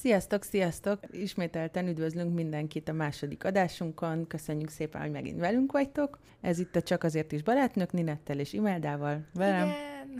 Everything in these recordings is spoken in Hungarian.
Sziasztok, sziasztok! Ismételten üdvözlünk mindenkit a második adásunkon. Köszönjük szépen, hogy megint velünk vagytok. Ez itt a Csak azért is barátnők, Ninettel és Imeldával velem. Igen!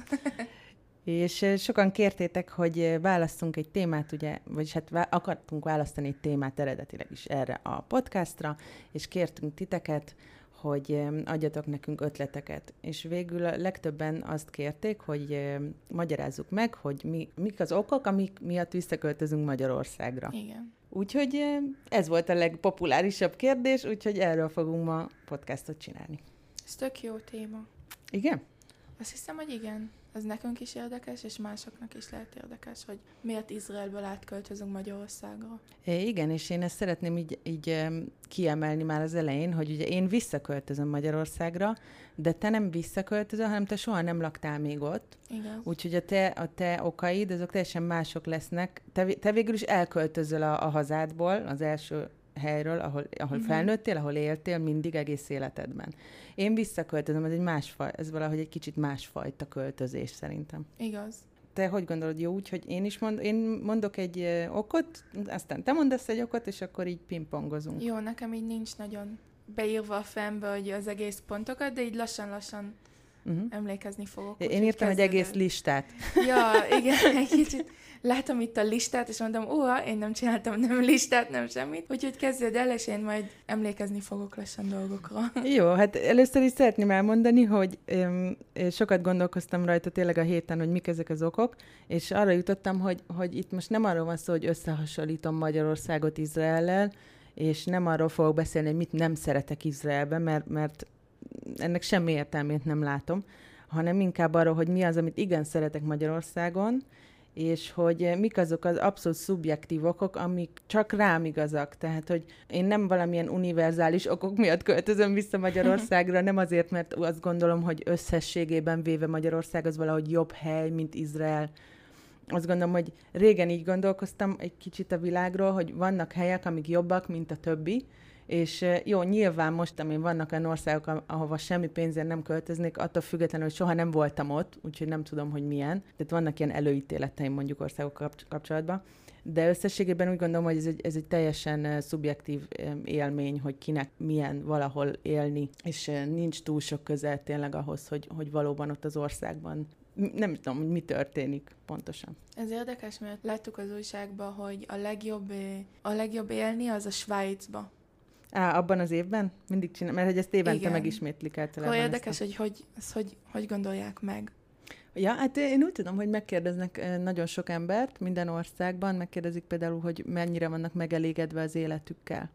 És sokan kértétek, hogy válasszunk egy témát, ugye, vagyis hát akartunk választani egy témát eredetileg is erre a podcastra, és kértünk titeket, hogy adjatok nekünk ötleteket. És végül a legtöbben azt kérték, hogy magyarázzuk meg, hogy mik az okok, amik miatt visszaköltözünk Magyarországra. Igen. Úgyhogy ez volt a legpopulárisabb kérdés, úgyhogy erről fogunk ma podcastot csinálni. Ez tök jó téma. Igen? Azt hiszem, hogy igen. Ez nekünk is érdekes, és másoknak is lehet érdekes, hogy miért Izraelből átköltözünk Magyarországra. Igen, és én ezt szeretném így kiemelni már az elején, hogy ugye én visszaköltözöm Magyarországra, de te nem visszaköltözöl, hanem te soha nem laktál még ott. Igen. Úgyhogy a te okaid, azok teljesen mások lesznek. Te végül is elköltözöl a hazádból, az első helyről, ahol felnőttél, ahol éltél mindig egész életedben. Én visszaköltözöm, ez valahogy egy kicsit másfajta költözés szerintem. Igaz. Te hogy gondolod, jó úgy, hogy én mondok egy okot, aztán te mondasz egy okot, és akkor így pingpongozunk. Jó, nekem így nincs nagyon beírva a fejembe, hogy az egész pontokat, de így lassan emlékezni fogok. Én írtam egy egész listát. Ja, igen, egy kicsit látom itt a listát, és mondom, én nem csináltam nem listát, nem semmit. Úgyhogy kezdjed el, és én majd emlékezni fogok lassan dolgokra. Jó, hát először is szeretném elmondani, hogy sokat gondolkoztam rajta tényleg a héten, hogy mik ezek az okok, és arra jutottam, hogy itt most nem arról van szó, hogy összehasonlítom Magyarországot Izraellel, és nem arról fogok beszélni, hogy mit nem szeretek Izraelben, mert ennek semmi értelmét nem látom, hanem inkább arról, hogy mi az, amit igen szeretek Magyarországon, és hogy mik azok az abszolút szubjektív okok, amik csak rám igazak. Tehát, hogy én nem valamilyen univerzális okok miatt költözöm vissza Magyarországra, nem azért, mert azt gondolom, hogy összességében véve Magyarország az valahogy jobb hely, mint Izrael. Azt gondolom, hogy régen így gondolkoztam egy kicsit a világról, hogy vannak helyek, amik jobbak, mint a többi, és jó, nyilván most, amin vannak olyan országok, ahova semmi pénzért nem költöznék, attól függetlenül, hogy soha nem voltam ott, úgyhogy nem tudom, hogy milyen. Tehát vannak ilyen előítéleteim mondjuk országok kapcsolatban. De összességében úgy gondolom, hogy ez egy teljesen szubjektív élmény, hogy kinek milyen valahol élni, és nincs túl sok közel tényleg ahhoz, hogy valóban ott az országban nem tudom, hogy mi történik pontosan. Ez érdekes, mert láttuk az újságban, hogy a legjobb élni az a Svájcba. Abban az évben? Mindig csinál, mert hogy ezt évente megismétlik általában. Érdekes, hogy gondolják meg. Ja, hát én úgy tudom, hogy megkérdeznek nagyon sok embert minden országban, megkérdezik például, hogy mennyire vannak megelégedve az életükkel.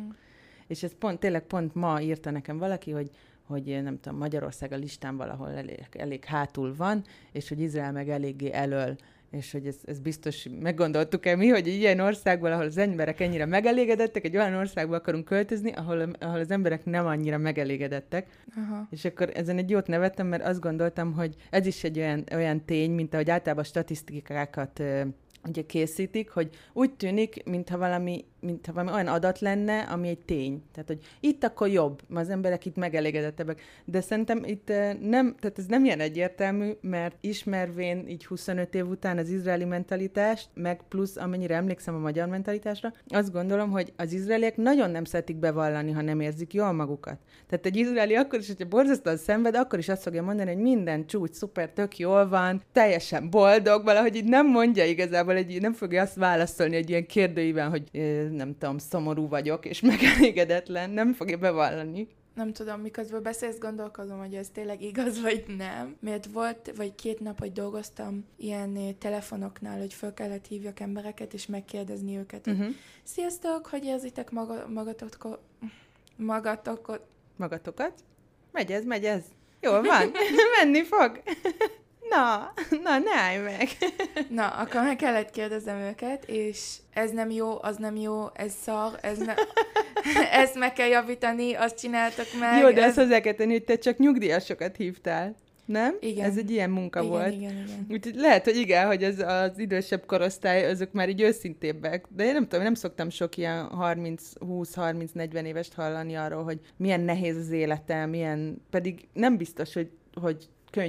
És ez tényleg pont ma írta nekem valaki, hogy nem tudom, Magyarország a listán valahol elég hátul van, és hogy Izrael meg eléggé elöl. És hogy ez biztos meggondoltuk-e mi, hogy ilyen országból, ahol az emberek ennyire megelégedettek, egy olyan országba akarunk költözni, ahol az emberek nem annyira megelégedettek. Aha. És akkor ezen egy jót nevettem, mert azt gondoltam, hogy ez is egy olyan tény, mint ahogy általában statisztikákat ugye készítik, hogy úgy tűnik, mintha valami olyan adat lenne, ami egy tény. Tehát, hogy itt akkor jobb, az emberek itt megelégedettebbek. De szerintem itt tehát ez nem ilyen egyértelmű, mert ismervén így 25 év után az izraeli mentalitást, meg plusz amennyire emlékszem a magyar mentalitásra, azt gondolom, hogy az izraeliek nagyon nem szeretik bevallani, ha nem érzik jól magukat. Tehát egy izraeli akkor is, hogyha borzasztóan szenved, akkor is azt fogja mondani, hogy minden csúcs, szuper, tök jól van, teljesen boldog, valahogy így nem mondja igazából, nem fogja azt válaszolni egy ilyen kérdőiben, hogy nem tudom, szomorú vagyok, és megelégedetlen, nem fogja bevallani. Nem tudom, miközben beszélsz, gondolkozom, hogy ez tényleg igaz, vagy nem. Mert volt, vagy 2 nap, hogy dolgoztam ilyen telefonoknál, hogy föl kellett hívjak embereket, és megkérdezni őket, hogy sziasztok, hogy érzitek magatokat? Megy ez. Jól van, menni fog. Na, ne állj meg! Na, akkor meg kellett kérdeznem őket, és ez nem jó, az nem jó, ez szar, ezt meg kell javítani, azt csináltak meg. Jó, de ezt hozzá kell tenni, hogy te csak nyugdíjasokat hívtál, nem? Igen. Ez egy ilyen munka volt. Igen. Úgyhogy lehet, hogy igen, hogy az idősebb korosztály, azok már így őszintébbek. De én nem tudom, nem szoktam sok ilyen 20-30-40 évest hallani arról, hogy milyen nehéz az életem, pedig nem biztos, hogy könnyű.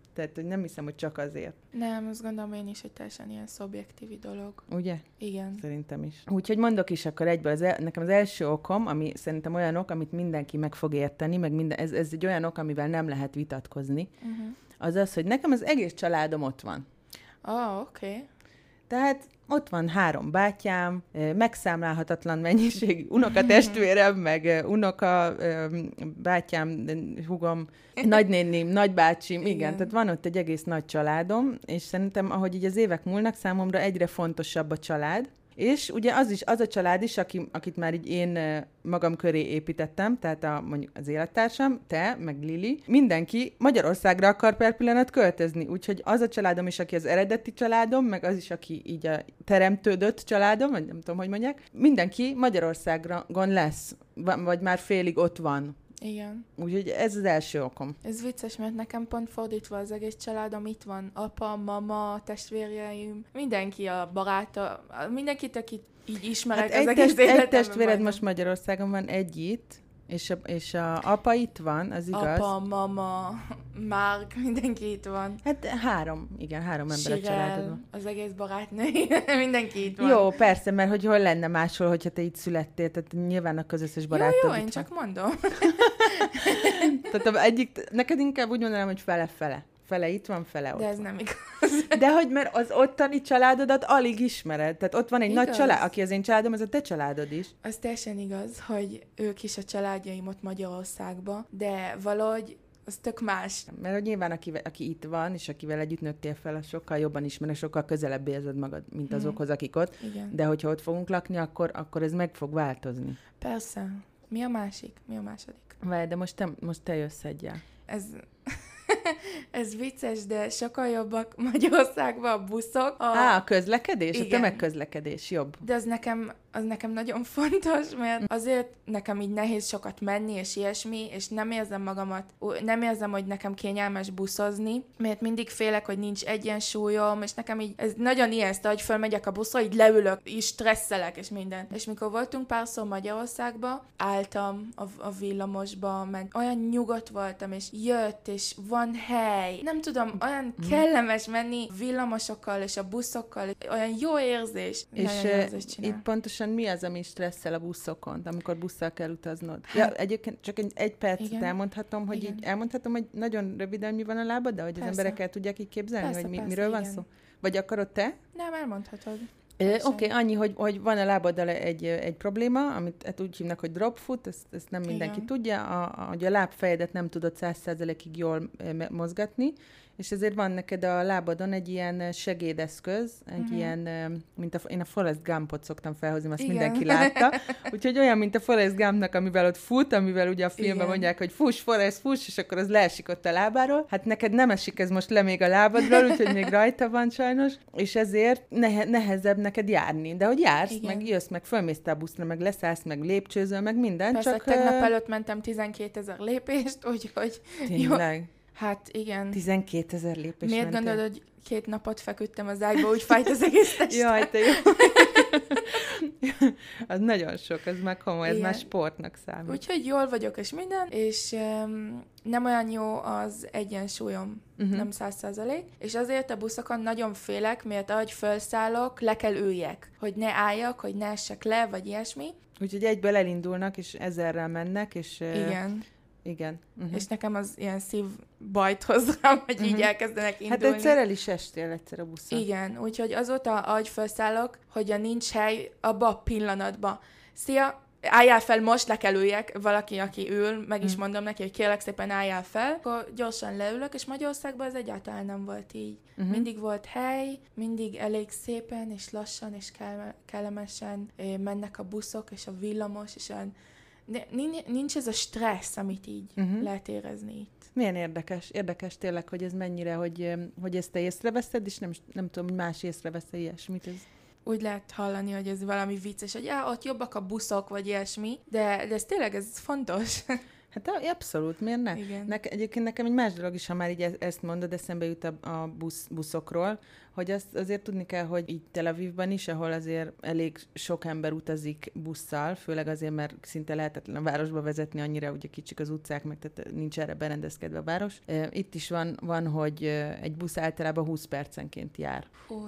Tehát, hogy nem hiszem, hogy csak azért. Nem, azt gondolom én is, hogy teljesen ilyen szubjektív dolog. Ugye? Igen. Szerintem is. Úgyhogy mondok is akkor egyből, nekem az első okom, ami szerintem olyan ok, amit mindenki meg fog érteni, meg ez egy olyan ok, amivel nem lehet vitatkozni, az az, hogy nekem az egész családom ott van. Oké. Tehát ott van 3 bátyám, megszámlálhatatlan mennyiségű unokatestvérem, meg unoka, bátyám, húgom, nagynéném, nagybácsim, igen, tehát van ott egy egész nagy családom, és szerintem, ahogy így az évek múlnak, számomra egyre fontosabb a család, és ugye az a család is, akit már így én magam köré építettem, tehát mondjuk az élettársam, te, meg Lili, mindenki Magyarországra akar per pillanat költözni, úgyhogy az a családom is, aki az eredeti családom, meg az is, aki így a teremtődött családom, vagy nem tudom, hogy mondják, mindenki Magyarországon lesz, vagy már félig ott van. Igen. Úgyhogy ez az első okom. Ez vicces, mert nekem pont fordítva az egész családom itt van. Apa, mama, testvérjeim, mindenki a baráta, mindenkit, akit így ismerek az egész életemben. Egy testvéred most Magyarországon van, egy itt, és a apa itt van, az igaz? Apa, mama, Márk, mindenki itt van. Hát 3 ember Sirel, a családodban. az egész barátnő, mindenki itt van. Jó, persze, mert hogy hol lenne máshol, hogyha te itt születtél, tehát nyilván a közös barátod. Jó, én csak mondom. Tehát neked inkább úgy mondanám, hogy fele-fele. Fele itt van, fele ott. De ez nem igaz. De hogy mert az ottani családodat alig ismered. Tehát ott van egy igaz. nagy család, aki az én családom, az a te családod is. Az teljesen igaz, hogy ők is a családjaim ott Magyarországban, de valahogy az tök más. Mert hogy nyilván aki itt van, és akivel együtt nőttél fel, az sokkal jobban ismer, sokkal közelebb érzed magad, mint azokhoz, akik ott. Igen. De hogyha ott fogunk lakni, akkor ez meg fog változni. Persze. Mi a másik? Mi a második? Várj, de most te jössz egyel. Ez vicces, de sokkal jobbak Magyarországban a buszok. A közlekedés? Igen. A tömegközlekedés jobb. De az nekem nagyon fontos, mert azért nekem így nehéz sokat menni, és ilyesmi, és nem érzem, hogy nekem kényelmes buszozni, mert mindig félek, hogy nincs egyensúlyom, és nekem így, ez nagyon ijesztő, hogy fölmegyek a buszra, így leülök, így stresszelek, és minden. És mikor voltunk párszor Magyarországba, álltam a villamosba, olyan nyugodt voltam, és jött, és van hely. Nem tudom, olyan kellemes menni villamosokkal, és a buszokkal, olyan jó érzés. És itt pontosan mi az, ami stresszel a buszokon, amikor busszal kell utaznod? Hát, ja, egyébként csak egy percet igen. elmondhatom, hogy így elmondhatom, hogy nagyon röviden mi van a lábad, de hogy az emberek el tudják így képzelni, Persze, hogy miről van szó? Vagy akarod te? Nem, elmondhatod. Oké, annyi, hogy van a lábaddal egy probléma, amit úgy hívnak, hogy drop foot, ezt nem mindenki tudja, hogy a lábfejedet nem tudod 100%-ig jól mozgatni, és ezért van neked a lábadon egy ilyen segédeszköz, egy ilyen, én a Forrest Gumpot szoktam felhozni, azt mindenki látta, úgyhogy olyan, mint a Forrest Gumpnak, amivel ott fut, amivel ugye a filmben mondják, hogy fuss, Forrest, fuss, és akkor az leesik ott a lábáról. Hát neked nem esik ez most le még a lábadról, úgyhogy még rajta van sajnos, és ezért nehezebb neked járni. De hogy jársz, meg jössz, meg fölmész a buszra, meg leszállsz, meg lépcsőzöl, meg minden. Persze, csak tegnap előtt mentem 12 000 lépést, úgyhogy... Tényleg? Jó. Hát igen. 12 000 lépés. Miért gondolod, hogy 2 napot feküdtem az ágyba, úgy fájt az egész testem? Jaj, te jó. Az nagyon sok, ez már komoly, ez már sportnak számít. Úgyhogy jól vagyok, és minden, és nem olyan jó az egyensúlyom, nem 100%, és azért a buszokon nagyon félek, mert ahogy felszállok, le kell üljek, hogy ne álljak, hogy ne essek le, vagy ilyesmi. Úgyhogy egyből elindulnak, és 1000-rel mennek, és... Igen. Igen. És nekem az ilyen szívbajt hoz rám, hogy így elkezdenek indulni. Hát egyszer el is estél egyszer a buszon. Igen, úgyhogy azóta, ahogy felszállok, hogy a nincs hely, abba a pillanatban. Szia, álljál fel, most le kell üljek, valaki, aki ül, meg is mondom neki, hogy kérlek szépen álljál fel, akkor gyorsan leülök, és Magyarországban ez egyáltalán nem volt így. Mindig volt hely, mindig elég szépen, és lassan, és kellemesen mennek a buszok, és a villamos, és nincs ez a stressz, amit így lehet érezni itt. Milyen érdekes tényleg, hogy ez mennyire, hogy ezt te észreveszed, és nem tudom, hogy más észrevesz ilyesmit. Ez... Úgy lehet hallani, hogy ez valami vicces, hogy ott jobbak a buszok, vagy ilyesmi, de ez tényleg ez fontos. Hát abszolút, miért ne? Egyébként nekem egy más dolog is, ha már így ezt mondod, eszembe jut a buszokról, hogy azt azért tudni kell, hogy így Tel Avivban is, ahol azért elég sok ember utazik busszal, főleg azért, mert szinte lehetetlen a városba vezetni, annyira ugye kicsik az utcák, meg tehát nincs erre berendezkedve a város. Itt is van, hogy egy busz általában 20 percenként jár.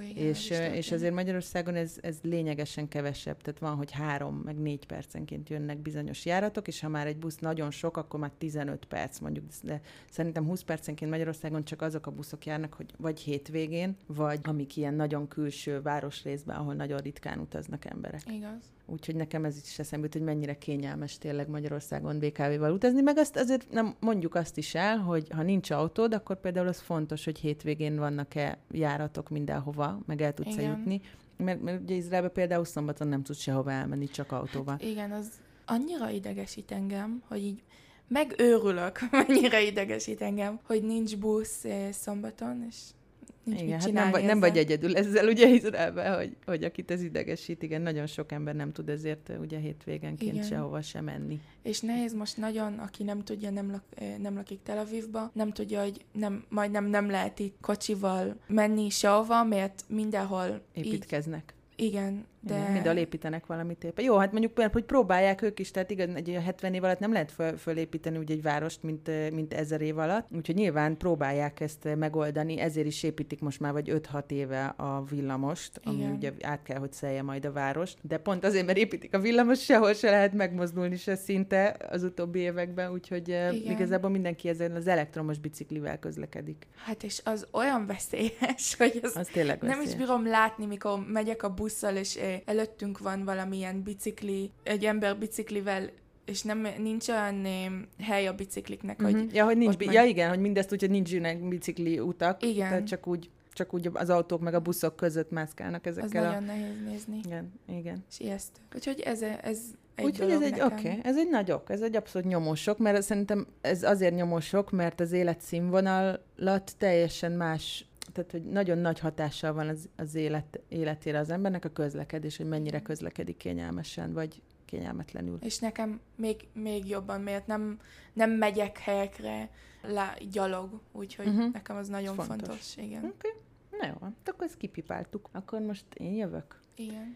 És azért Magyarországon ez lényegesen kevesebb, tehát van, hogy 3 meg 4 percenként jönnek bizonyos járatok, és ha már egy busz nagyon sok, akkor már 15 perc mondjuk, de szerintem 20 percenként Magyarországon csak azok a buszok járnak, hogy vagy hétvégén, vagy amik ilyen nagyon külső városrészben, ahol nagyon ritkán utaznak emberek. Igaz. Úgyhogy nekem ez is eszembe jut, hogy mennyire kényelmes tényleg Magyarországon BKV-val utazni, meg azt azért nem mondjuk azt is el, hogy ha nincs autód, akkor például az fontos, hogy hétvégén vannak-e járatok mindenhova, meg el tudsz jutni. Mert ugye Izraelben például szombaton nem tudsz sehova elmenni, csak autóval. Hát igen, az annyira idegesít engem, hogy így megőrülök, mennyire idegesít engem, hogy nincs busz szombaton, és nincs igen, mit csinálni. Hát nem vagy egyedül ezzel ugye Izraelben, hogy akit ez idegesít, igen, nagyon sok ember nem tud ezért ugye hétvégenként sehova sem menni. És nehéz most nagyon, aki nem tudja, nem lakik Tel Avivba, nem tudja, hogy majdnem nem lehet itt kocsival menni sehova, mert mindenhol építkeznek. Igen, de... Mindenhol építenek valamit éppen. Jó, hát mondjuk, hogy próbálják ők is, tehát igaz, egy 70 év alatt nem lehet fölépíteni úgy egy várost, mint 1000 év alatt, úgyhogy nyilván próbálják ezt megoldani, ezért is építik most már vagy 5-6 éve a villamost, ami ugye át kell, hogy szelje majd a várost, de pont azért, mert építik a villamost, sehol se lehet megmozdulni se szinte az utóbbi években, úgyhogy igazából mindenki ezen az elektromos biciklivel közlekedik. Hát és az olyan veszélyes, hogy az tényleg nem is bírom látni, mikor megyek a busszal, és előttünk van valamilyen bicikli, egy ember biciklivel, és nincs olyan hely a bicikliknek, hogy... Ja, hogy nincs, igen, hogy mindezt úgy, hogy nincsenek bicikli utak, igen. Tehát csak úgy az autók meg a buszok között mászkálnak ezekkel. Az nagyon nehéz nézni. Igen. És ijesztő. Úgyhogy ez egy úgyhogy dolog ez egy nagy ok, ez egy abszolút nyomós ok, mert szerintem ez azért nyomós ok, mert az életszínvonalat teljesen más, tehát hogy nagyon nagy hatással van az életére az embernek a közlekedés, hogy mennyire közlekedik kényelmesen, vagy kényelmetlenül. És nekem még jobban, mert nem megyek helyekre gyalog, úgyhogy nekem az nagyon fontos. Igen. Okay. Na jó, akkor ezt kipipáltuk. Akkor most én jövök? Igen.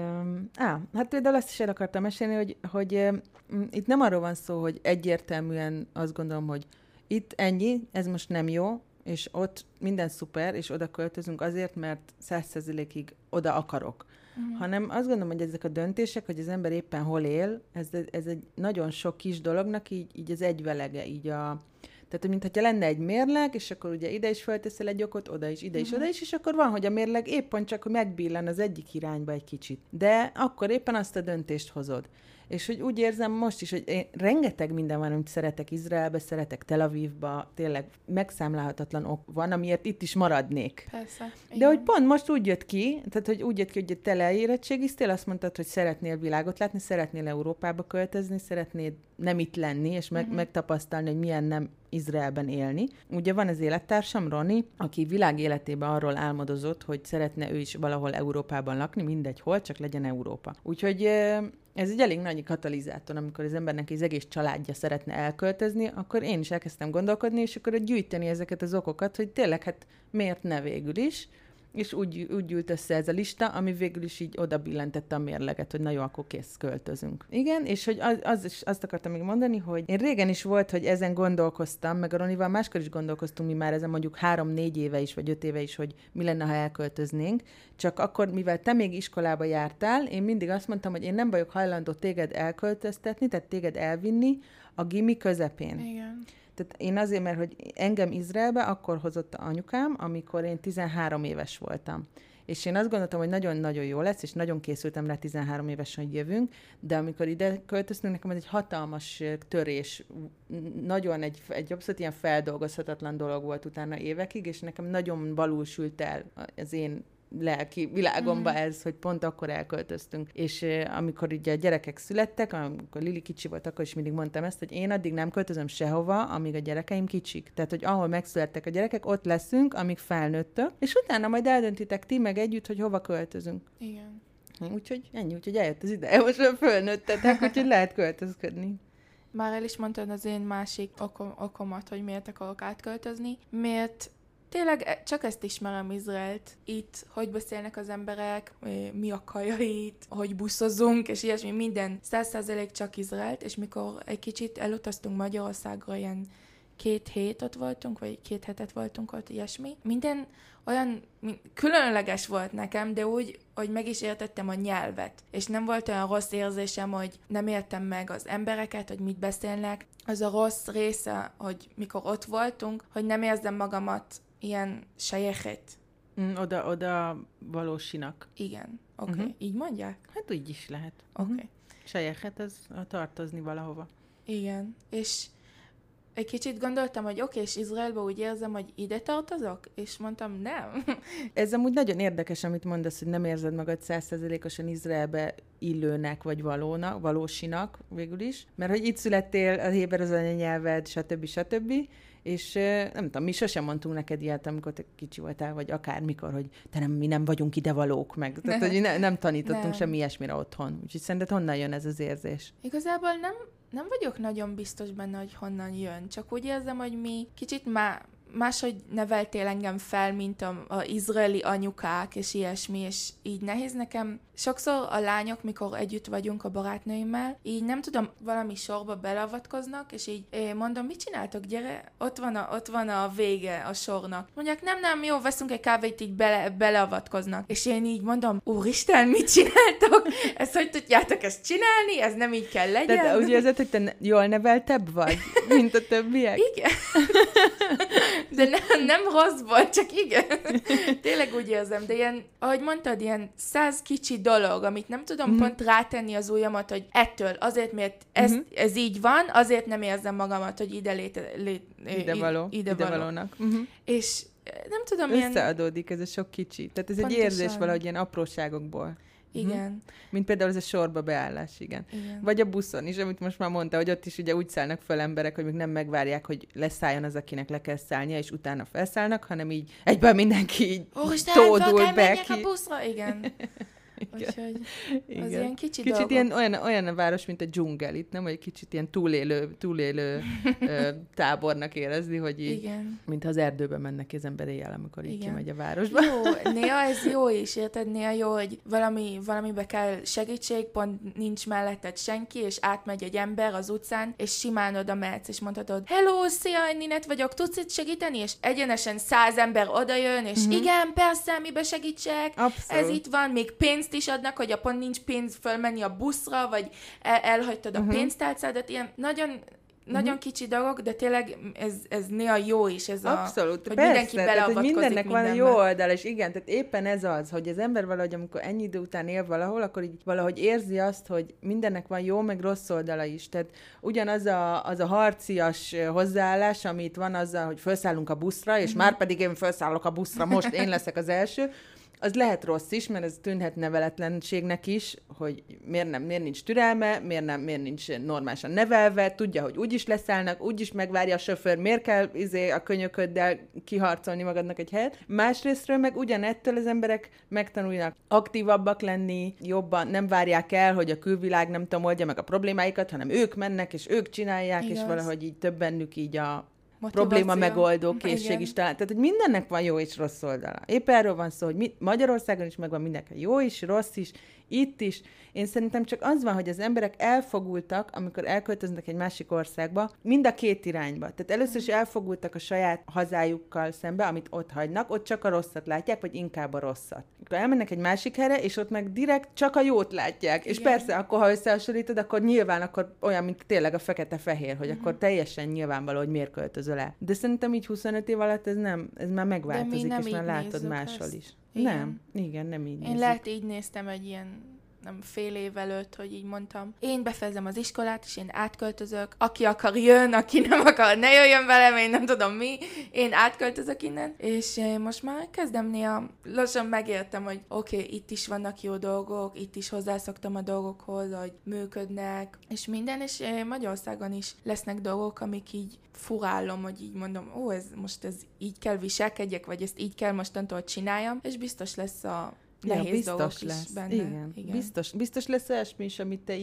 Hát például azt is el akartam mesélni, hogy itt nem arról van szó, hogy egyértelműen azt gondolom, hogy itt ennyi, ez most nem jó, és ott minden szuper, és oda költözünk azért, mert 100%-ig oda akarok. Hanem azt gondolom, hogy ezek a döntések, hogy az ember éppen hol él, ez egy nagyon sok kis dolognak így az egyvelege, így tehát, mintha lenne egy mérleg, és akkor ugye ide is felteszel egy okot, oda is, ide is, oda is, és akkor van, hogy a mérleg éppen csak megbillen az egyik irányba egy kicsit. De akkor éppen azt a döntést hozod. És hogy úgy érzem most is, hogy én rengeteg minden van, amit szeretek Izraelbe, szeretek Tel Avivba, tényleg megszámlálhatatlan ok van, amiért itt is maradnék. Persze. De hogy pont most úgy jött ki, tehát hogy úgy jött ki, hogy te leérettségiztél, azt mondtad, hogy szeretnél világot látni, szeretnél Európába költözni, szeretnél nem itt lenni, és megtapasztalni, hogy milyen nem Izraelben élni. Ugye van az élettársam, Roni, aki világ életében arról álmodozott, hogy szeretne ő is valahol Európában lakni, mindegy hol, csak legyen Európa. Úgyhogy ez egy elég nagy katalizátor, amikor az embernek az egész családja szeretne elköltözni, akkor én is elkezdtem gondolkodni, és akkor gyűjteni ezeket az okokat, hogy tényleg hát miért ne végül is, és úgy gyűlt össze ez a lista, ami végül is így oda billentette a mérleget, hogy na jó, akkor kész, költözünk. Igen, és hogy azt akartam még mondani, hogy én régen is volt, hogy ezen gondolkoztam, meg a Ronival máskor is gondolkoztunk mi már ezen mondjuk 3-4 éve is, vagy 5 éve is, hogy mi lenne, ha elköltöznénk. Csak akkor, mivel te még iskolába jártál, én mindig azt mondtam, hogy én nem vagyok hajlandó téged elköltöztetni, tehát téged elvinni a gimi közepén. Igen. Tehát én azért, mert hogy engem Izraelbe akkor hozott anyukám, amikor én 13 éves voltam. És én azt gondoltam, hogy nagyon-nagyon jó lesz, és nagyon készültem rá 13 évesen, hogy jövünk, de amikor ide költöztünk, nekem ez egy hatalmas törés, nagyon egy abszolút ilyen feldolgozhatatlan dolog volt utána évekig, és nekem nagyon valósült el az én lelki világomba ez, hogy pont akkor elköltöztünk. És amikor ugye a gyerekek születtek, amikor Lili kicsi volt, akkor is mindig mondtam ezt, hogy én addig nem költözöm sehova, amíg a gyerekeim kicsik. Tehát, hogy ahol megszülettek a gyerekek, ott leszünk, amíg felnőttök, és utána majd eldöntitek ti meg együtt, hogy hova költözünk. Igen. Úgyhogy ennyi, úgyhogy eljött az ideje, most már fölnőttetek, úgyhogy lehet költözködni. Már el is mondtad az én másik okomat, hogy miért akarok átköltözni. Miért tényleg csak ezt ismerem Izraelt. Itt, hogy beszélnek az emberek, mi a kaja itt, hogy buszozunk, és ilyesmi, minden 100% csak Izraelt, és mikor egy kicsit elutaztunk Magyarországra, ilyen 2 hét ott voltunk, vagy 2 hetet voltunk ott, ilyesmi. Minden olyan különleges volt nekem, de úgy, hogy meg is értettem a nyelvet. És nem volt olyan rossz érzésem, hogy nem értem meg az embereket, hogy mit beszélnek. Az a rossz része, hogy mikor ott voltunk, hogy nem érzem magamat ilyen sejechet. Oda valósinak. Igen. Oké. Így mondják? Hát úgy is lehet. Oké. Sejechet, az tartozni valahova. Igen. És egy kicsit gondoltam, hogy oké, és Izraelben úgy érzem, hogy ide tartozok? És mondtam, nem. Ez amúgy nagyon érdekes, amit mondasz, hogy nem érzed magad 100%-osan Izraelbe illőnek, vagy valósinak végül is. Mert hogy itt születtél, a héber az anyanyelved, stb. És nem tudom, mi sosem mondtunk neked ilyet, amikor te kicsi voltál, vagy akármikor, hogy mi nem vagyunk idevalók meg. Tehát, hogy nem tanítottunk semmi ilyesmire otthon. Úgyhogy szerinted honnan jön ez az érzés? Igazából nem vagyok nagyon biztos benne, hogy honnan jön. Csak úgy érzem, hogy mi kicsit máshogy neveltél engem fel, mint a izraeli anyukák, és ilyesmi, és így nehéz nekem. Sokszor a lányok, mikor együtt vagyunk a barátnőimmel, így nem tudom, valami sorba beleavatkoznak, és így mondom, mit csináltok, gyere, ott van a vége a sornak. Mondják, nem, jó, veszünk egy kávét, így beleavatkoznak. És én így mondom, úristen, mit csináltok? Ezt hogy tudjátok ezt csinálni? Ez nem így kell legyen? Tehát úgy érzed, hogy te jól neveltebb vagy, mint a többiek? Igen. De nem rosszból, csak igen. Tényleg úgy érzem, de ilyen, ahogy mondtad, ilyen 100 kicsi dolog, amit nem tudom pont rátenni az ujjamat, hogy ettől, azért, mert ez így van, azért nem érzem magamat, hogy idevalónak. És nem tudom, összeadódik ez a sok kicsi. Tehát ez pontosan. Egy érzés valahogy ilyen apróságokból. Igen. Mint például ez a sorba beállás, igen. Vagy a buszon is, amit most már mondta, hogy ott is ugye úgy szállnak fel emberek, hogy még nem megvárják, hogy leszálljon az, akinek le kell szállnia, és utána felszállnak, hanem így egyből mindenki így tódul be ki. A buszra, igen. Úgyhogy az ilyen kicsit dolgok. Ilyen olyan a város, mint a dzsungel itt, nem? Vagy kicsit ilyen túlélő tábornak érezni, hogy így, mintha az erdőbe mennek az ember éjjel, amikor így kimegy a városba. Jó, néha ez jó is, érted? Néha jó, hogy valamibe kell segítség, pont nincs melletted senki, és átmegy egy ember az utcán, és simán oda mehetsz, és mondhatod, hello, szia, én Ninett vagyok, tudsz itt segíteni? És egyenesen 100 ember odajön, és igen, persze, mibe segítsek? Abszolút. Ez itt van, még pénzt is adnak, hogy pont nincs pénz fölmenni a buszra, vagy elhagytad a pénztárcádat, ilyen nagyon kicsi dolgok, de tényleg ez néha jó is, ez abszolút, hogy persze, mindenki beleavatkozik hogy mindennek mindenben. Van a jó oldal, és igen, tehát éppen ez az, hogy az ember valahogy, amikor ennyi idő után él valahol, akkor így valahogy érzi azt, hogy mindennek van jó, meg rossz oldala is. Tehát ugyanaz az a harcias hozzáállás, amit van azzal, hogy felszállunk a buszra, és már pedig én felszállok a buszra, most én leszek az első, az lehet rossz is, mert ez tűnhet neveletlenségnek is, hogy miért nincs türelme, miért nincs normálisan nevelve, tudja, hogy úgyis leszállnak, úgyis megvárja a sofőr, miért kell a könyököddel kiharcolni magadnak egy helyet. Másrésztről meg ugyanettől az emberek megtanulnak aktívabbak lenni, jobban nem várják el, hogy a külvilág nem tudom, oldja meg a problémáikat, hanem ők mennek, és ők csinálják, igaz. És valahogy így több bennük így a probléma megoldó készség is talán. Tehát, hogy mindennek van jó és rossz oldala. Épp erről van szó, hogy Magyarországon is megvan mindenki jó is, rossz is, itt is. Én szerintem csak az van, hogy az emberek elfogultak, amikor elköltöznek egy másik országba, mind a két irányba. Tehát először is elfogultak a saját hazájukkal szembe, amit ott hagynak, ott csak a rosszat látják, vagy inkább a rosszat. Akkor elmennek egy másik helyre, és ott meg direkt csak a jót látják. Igen. És persze, akkor ha összehasonlítod, akkor nyilván akkor olyan, mint tényleg a fekete-fehér, hogy akkor teljesen nyilvánvaló, hogy miért költözöl el. De szerintem így 25 év alatt ez már megváltozik, és már látod máshol is. Igen. Nem így nézzük. Én lehet így néztem egy ilyen fél év előtt, hogy így mondtam, én befejezem az iskolát, és én átköltözök, aki akar jön, aki nem akar, ne jöjjön velem, én nem tudom mi, én átköltözök innen, és most már kezdem néha, lassan megértem, hogy oké, itt is vannak jó dolgok, itt is hozzászoktam a dolgokhoz, hogy működnek, és minden, és Magyarországon is lesznek dolgok, amik így furálom, hogy így mondom, ez így kell viselkedjek, vagy ezt így kell mostantól csináljam, és biztos lesz a nehéz dolgok is benne. Igen. Biztos lesz olyasmi is, amit te itt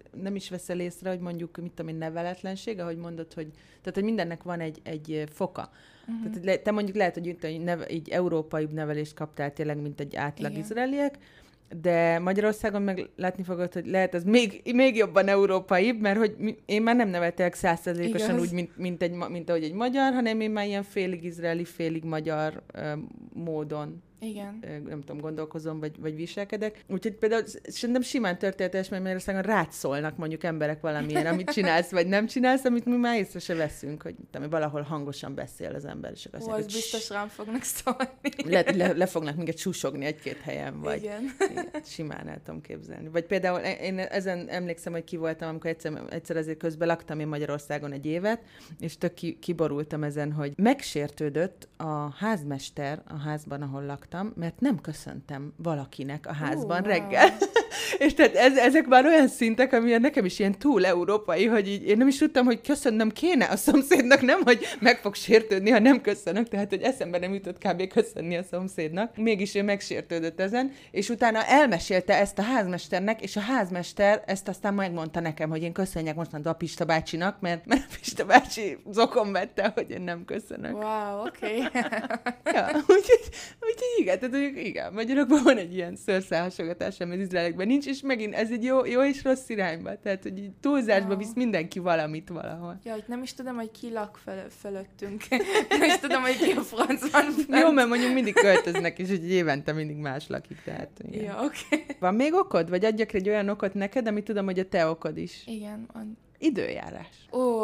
nem is veszel észre, hogy mondjuk, mit tudom én, neveletlenség, ahogy mondod, tehát, hogy mindennek van egy foka. Tehát te mondjuk lehet, hogy így európai nevelést kaptál tényleg, mint egy átlag izraeliek, de Magyarországon meg látni fogod, hogy lehet ez még jobban európaibb, mert hogy én már nem neveltelek 100%-osan úgy, mint ahogy egy magyar, hanem én már ilyen félig izraeli, félig magyar módon nem tudom, gondolkozom, vagy viselkedek. Úgyhogy például szerintem simán történetes, mert Magyarországon rád szólnak mondjuk emberek valamilyen, amit csinálsz, vagy nem csinálsz, amit mi már észre se veszünk, hogy valahol hangosan beszél az ember, és azt mondják, biztos rám fognak szólni. Le fognak minket susogni egy-két helyen, vagy igen, simán el tudom képzelni. Vagy például én ezen emlékszem, hogy ki voltam, amikor egyszer azért közben laktam én Magyarországon egy évet, és tök kiborultam ezen, hogy megsértődött a házmester a házban, ahol laktam, mert nem köszöntem valakinek a házban reggel. És tehát ezek már olyan szintek, amilyen nekem is ilyen túl európai, hogy így én nem is tudtam, hogy köszönnöm kéne a szomszédnak, nem, hogy meg fog sértődni, ha nem köszönök, tehát hogy eszembe nem jutott kb. Köszönni a szomszédnak. Mégis ő megsértődött ezen, és utána elmesélte ezt a házmesternek, és a házmester ezt aztán megmondta nekem, hogy én köszönjek mostantól a Pista bácsinak, mert a Pista bácsi zokon vette, hogy én nem köszönök. Wow, oké. Ja, úgyhogy igen, tehát igen, magyarokban van egy ilyen szőrszálhasogatás, ami az izraelekben nincs, és megint ez egy jó és rossz irányba, tehát hogy így túlzásba visz mindenki valamit valahol. Ja, itt nem is tudom, hogy ki lak fölöttünk. Nem is tudom, hogy ki a franc van fent. Jó, mert mondjuk mindig költöznek, és hogy évente mindig más lakik, tehát igen. Ja, oké. Van még okod? Vagy adjak egy olyan okot neked, amit tudom, hogy a te okod is? Igen, van. Időjárás.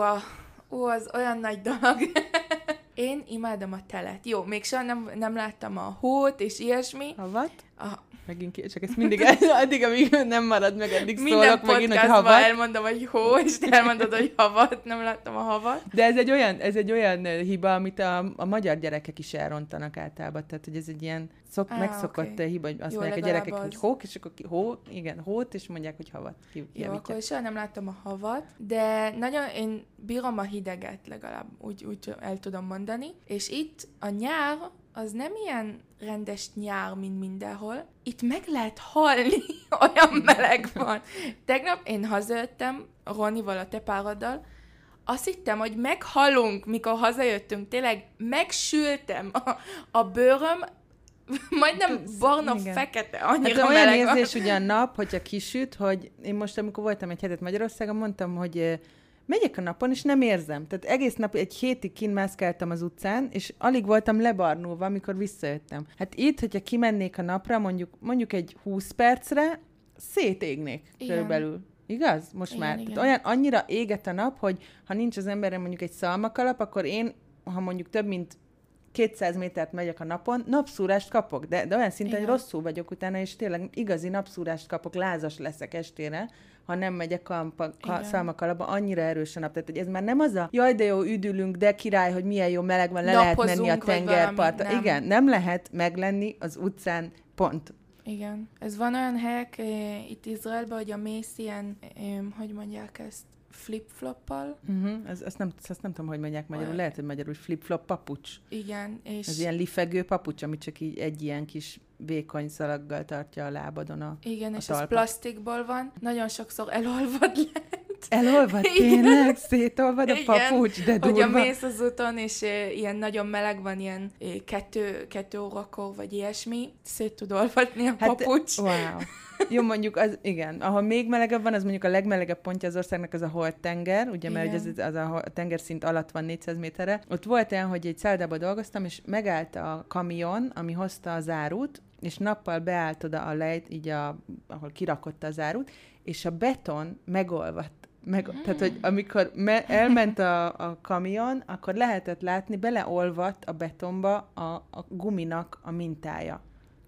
Az olyan nagy dolog. Én imádom a telet. Jó, még soha nem láttam a hót és ilyesmi. Havat? Megint csak ezt mindig, addig, amíg nem marad meg, addig szólok megint, hogy havat. Minden podcastban elmondom, hogy hó, és te elmondod, hogy havat, nem láttam a havat. De ez egy olyan hiba, amit a magyar gyerekek is elrontanak általában, tehát hogy ez egy ilyen megszokott hiba, hogy azt mondják a gyerekek, hogy hók, és akkor hót, és mondják, hogy havat. Jó, akkor soha nem láttam a havat, de nagyon én bírom a hideget legalább, úgy el tudom mondani, és itt a nyár az nem ilyen rendes nyár, mint mindenhol. Itt meg lehet halni, olyan meleg van. Tegnap én hazajöttem Ronival, a te pároddal, azt hittem, hogy meghalunk, mikor hazajöttünk. Tényleg megsültem a bőröm, majdnem barna, fekete, annyira hát meleg olyan érzés ugye a nap, hogyha kisüt, hogy én most, amikor voltam egy hetet Magyarországon, mondtam, hogy megyek a napon, és nem érzem. Tehát egész nap, egy hétig kintmászkáltam az utcán, és alig voltam lebarnulva, amikor visszajöttem. Hát itt, hogyha kimennék a napra, mondjuk egy 20 percre, szétégnék körülbelül. Igaz? Most igen, már. Igen. Tehát olyan annyira éget a nap, hogy ha nincs az emberen mondjuk egy szalmakalap, akkor én, ha mondjuk több mint 200 métert megyek a napon, napszúrást kapok, de olyan szinten, hogy rosszul vagyok utána, és tényleg igazi napszúrást kapok, lázas leszek estére, ha nem megyek szalmakalapba, annyira erős a nap. Tehát, hogy ez már nem az a jaj, de jó, üdülünk, de király, hogy milyen jó meleg van, lehet menni a tengerpartra. Igen, nem lehet meglenni az utcán, pont. Igen. Ez van olyan helyek itt Izraelben, hogy a mész ilyen, hogy mondják ezt, flip-floppal. Azt nem tudom, hogy mondják magyarul. Lehet, hogy magyarul flip-flop papucs. Igen. És ez ilyen lifegő papucs, ami csak így egy ilyen kis vékony szalaggal tartja a lábadon a igen, a és talpat. Ez plastikból van. Nagyon sokszor elolvad lent. Elolvad? Tényleg? Szétolvad a papucs? De durva. Hogy a mész az úton, és ilyen nagyon meleg van, ilyen 2 órakor, vagy ilyesmi, szét tud olvadni a papucs. Wow. Jó, mondjuk az, igen, ahol még melegebb van, az mondjuk a legmelegebb pontja az országnak az a Holt-tenger, ugye, mert az a tengerszint alatt van 400 méterre. Ott volt olyan, hogy egy szállodában dolgoztam, és megállt a kamion, ami hozta az árut, és nappal beállt oda a lejt, így ahol kirakotta az árut, és a beton megolvadt. Tehát, hogy amikor elment a kamion, akkor lehetett látni, beleolvadt a betonba a guminak a mintája.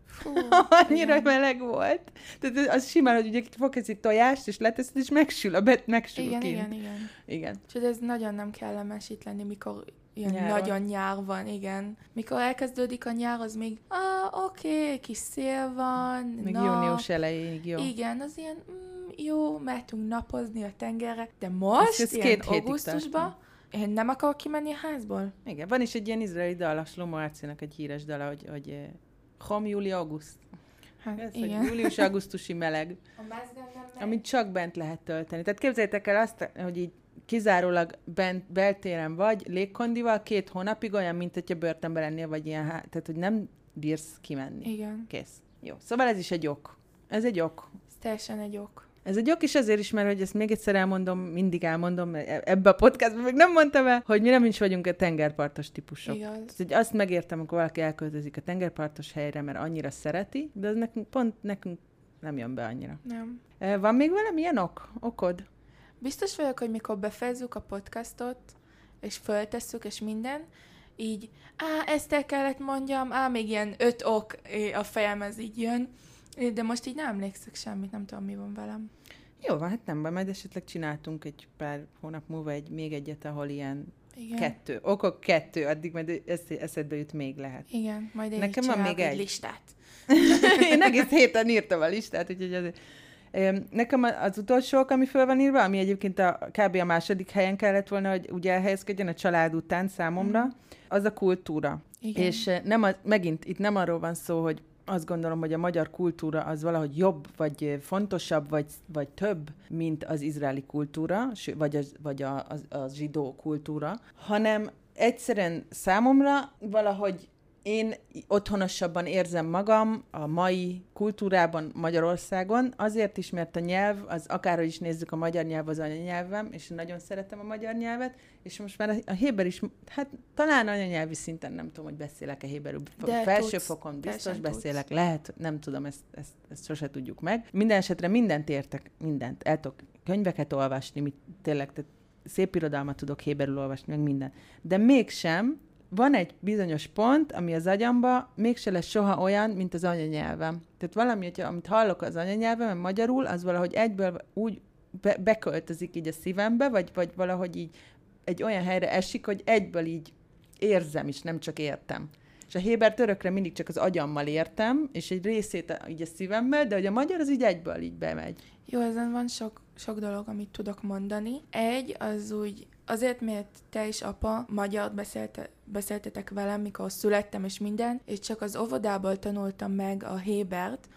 Annyira meleg volt. Tehát az simán, hogy ugye fogsz egy tojást, és leteszed, és megsül igen. Igen. És ez nagyon nem kellemes itt lenni, mikor ilyen nagyon nyár van, igen. Mikor elkezdődik a nyár, az még oké, kis szél van, még június elejéig jó. Igen, az ilyen jó, mehetünk napozni a tengerre, de most, ez ilyen augusztusban, én nem akarok kimenni a házból. Igen, van is egy ilyen izraeli dal, a Shlomo Artzinak egy híres dala, hogy Chom, júli, auguszt. Hát, ez, igen. hogy július-augusztusi meleg, A mezgen nem megy. amit csak bent lehet tölteni. Tehát képzeljétek el azt, hogy így kizárólag beltéren vagy, légkondival 2 hónapig olyan, mint hogyha börtönben lennél, vagy ilyen, tehát hogy nem bírsz kimenni. Igen. Kész. Jó. Szóval ez is egy ok. Ez egy ok. Ez teljesen egy ok. Ez egy ok is azért is, mert hogy ezt még egyszer elmondom, mindig elmondom, mert ebbe a podcastban még nem mondtam el, hogy mi nem is vagyunk a tengerpartos típusok. Igaz. Tehát, azt megértem, amikor valaki elköltözik a tengerpartos helyre, mert annyira szereti, de ez nekünk nem jön be annyira. Nem. Van még valamilyen okod? Biztos vagyok, hogy mikor befejezzük a podcastot, és föltesszük, és minden, így, ezt el kellett mondjam, még ilyen 5 ok a fejemhez így jön, de most így nem emlékszek semmit, nem tudom, mi van velem. Jó, hát nem baj, majd esetleg csináltunk egy pár hónap múlva még egyet, ahol ilyen Igen. 2. Okok 2, addig majd eszedbe jut még lehet. Igen, majd én Nekem így van még csinálok egy listát. Én egész héten írtam a listát, úgyhogy azért. Nekem az utolsó, ami föl van írva, ami egyébként kb. A második helyen kellett volna, hogy ugye elhelyezkedjen a család után számomra, az a kultúra. Igen. És megint itt nem arról van szó, hogy azt gondolom, hogy a magyar kultúra az valahogy jobb, vagy fontosabb, vagy több, mint az izraeli kultúra, vagy a zsidó kultúra, hanem egyszerűen számomra valahogy én otthonosabban érzem magam a mai kultúrában Magyarországon, azért is, mert a nyelv, az akárhogy is nézzük, a magyar nyelv az anyanyelvem, és nagyon szeretem a magyar nyelvet, és most már a héber is, hát talán anyanyelvi szinten nem tudom, hogy beszélek-e héberül. Felsőfokon biztos beszélek, lehet, nem tudom, ezt sose tudjuk meg. Minden esetre mindent értek, mindent. El tudok könyveket olvasni, tényleg, tehát szép irodalmat tudok héberül olvasni, meg minden. De mégsem van egy bizonyos pont, ami az agyamba mégse lesz soha olyan, mint az anyanyelvem. Tehát valami, amit hallok az anyanyelvem, magyarul, az valahogy egyből úgy beköltözik így a szívembe, vagy valahogy így egy olyan helyre esik, hogy egyből így érzem is, nem csak értem. És a héber örökre mindig csak az agyammal értem, és egy részét így a szívemmel, de hogy a magyar az így egyből így bemegy. Jó, ezen van sok dolog, amit tudok mondani. Az úgy, azért, mert te és apa magyart beszéltetek velem, mikor születtem és minden, és csak az óvodából tanultam meg a hébert,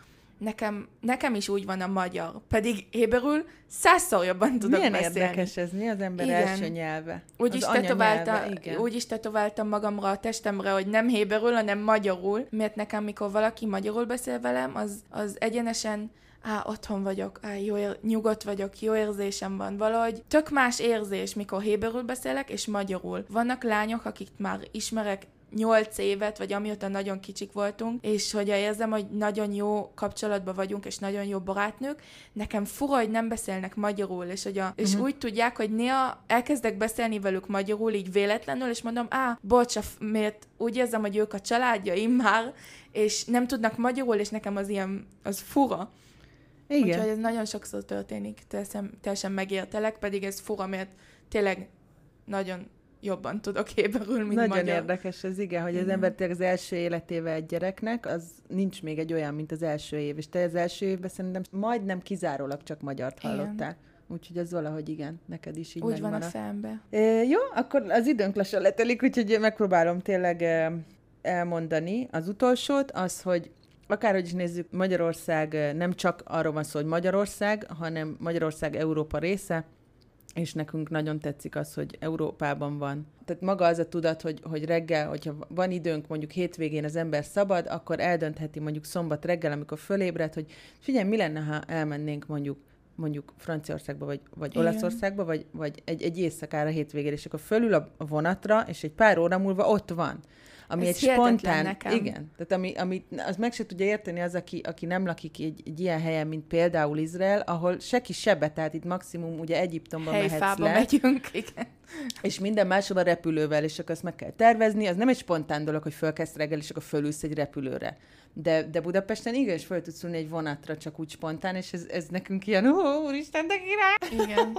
nekem is úgy van a magyar, pedig héberül 100-szor jobban tudok milyen beszélni. Milyen érdekes ez, mi az ember első nyelve? Úgy is tetováltam magamra a testemre, hogy nem héberül, hanem magyarul, mert nekem, mikor valaki magyarul beszél velem, az egyenesen otthon vagyok, nyugodt vagyok, jó érzésem van. Valahogy tök más érzés, mikor héberül beszélek, és magyarul. Vannak lányok, akik már ismerek 8 évet, vagy amióta nagyon kicsik voltunk, és hogy érzem, hogy nagyon jó kapcsolatban vagyunk, és nagyon jó barátnők, nekem fura, hogy nem beszélnek magyarul, és úgy tudják, hogy néha elkezdek beszélni velük magyarul, így véletlenül, és mondom, bocs, mert úgy érzem, hogy ők a családjaim már, és nem tudnak magyarul, és nekem az fura. Igen. Úgyhogy ez nagyon sokszor történik, teljesen megértelek, pedig ez fura, mert tényleg nagyon jobban tudok héberül, mint nagyon magyar. Nagyon érdekes ez, igen, hogy az ember tényleg az első életével egy gyereknek, az nincs még egy olyan, mint az első év, és te az első évben szerintem majdnem kizárólag csak magyart hallottál. Úgyhogy ez valahogy igen, neked is így úgy megvan van a fejembe. Jó, akkor az időnk lassan letelik, úgyhogy megpróbálom tényleg elmondani az utolsót, az, hogy akárhogy is nézzük, Magyarország nem csak arról van szó, hogy Magyarország, hanem Magyarország Európa része, és nekünk nagyon tetszik az, hogy Európában van. Tehát maga az a tudat, hogy reggel, hogyha van időnk, mondjuk hétvégén az ember szabad, akkor eldöntheti mondjuk szombat reggel, amikor fölébred, hogy figyelj, mi lenne, ha elmennénk mondjuk Franciaországba, vagy Olaszországba, vagy egy éjszakára hétvégére, és akkor fölül a vonatra, és egy pár óra múlva ott van. Ami ez egy spontán, nekem. Igen, tehát ami az meg se tudja érteni az, aki nem lakik egy ilyen helyen, mint például Izrael, ahol se kis sebe, tehát itt maximum ugye Egyiptomban mehetsz le. megyünk, igen. És minden máshova repülővel, és akkor azt meg kell tervezni, az nem egy spontán dolog, hogy fölkezd reggel, és akkor fölülsz egy repülőre. De Budapesten igenis föl tudsz ülni egy vonatra, csak úgy spontán, és ez nekünk ilyen, úristen, de király! Igen.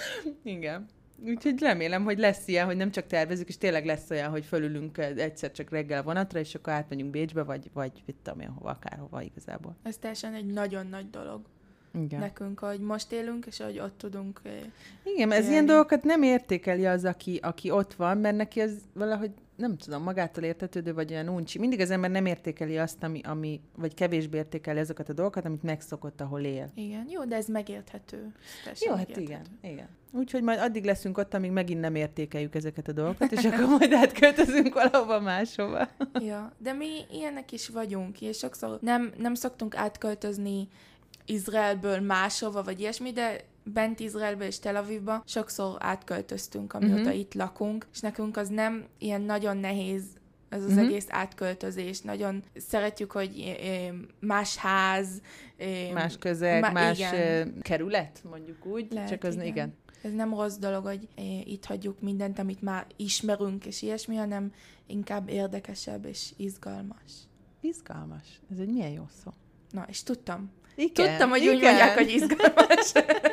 Igen. Úgyhogy remélem, hogy lesz ilyen, hogy nem csak tervezünk, és tényleg lesz olyan, hogy fölülünk egyszer csak reggel a vonatra, és akkor átmegyünk Bécsbe, vagy mit tudom én, akárhova igazából. Ez teljesen egy nagyon nagy dolog. Igen. nekünk, ahogy most élünk, és ahogy ott tudunk Igen, ez ilyen dolgokat nem értékeli az, aki ott van, mert neki ez valahogy, nem tudom, magától értetődő, vagy olyan uncsi. Mindig az ember nem értékeli azt, ami vagy kevésbé értékeli azokat a dolgokat, amit megszokott, ahol él. Igen, jó, de ez megérthető. Jó, hát igen. Úgyhogy majd addig leszünk ott, amíg megint nem értékeljük ezeket a dolgokat, és akkor majd átköltözünk valahova máshova. Ja, de mi ilyenek is vagyunk, és sokszor nem szoktunk átköltözni Izraelből máshova, vagy ilyesmi, de bent Izraelbe és Tel Avivba sokszor átköltöztünk, amióta itt lakunk, és nekünk az nem ilyen nagyon nehéz az egész átköltözés. Nagyon szeretjük, hogy más ház, más közeg, más kerület, mondjuk úgy. Lehet, csak az igen. Ez nem rossz dolog, hogy itt hagyjuk mindent, amit már ismerünk, és ilyesmi, hanem inkább érdekesebb és izgalmas. Izgalmas? Ez egy milyen jó szó. Na, és tudtam. Igen, tudtam, hogy úgy mondják, hogy izgalmas.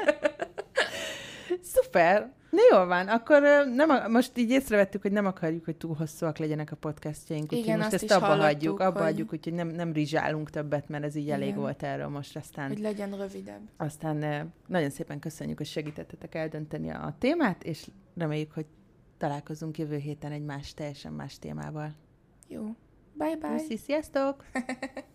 Szuper! Na jól van, akkor most így észrevettük, hogy nem akarjuk, hogy túl hosszúak legyenek a podcastjaink, úgyhogy most ezt abba hagyjuk, úgyhogy nem rizsálunk többet, mert ez így elég volt erről most aztán. Hogy legyen rövidebb. Aztán nagyon szépen köszönjük, hogy segítettetek eldönteni a témát, és reméljük, hogy találkozunk jövő héten egy teljesen más témával. Jó. Bye-bye! Puszi, sziasztok!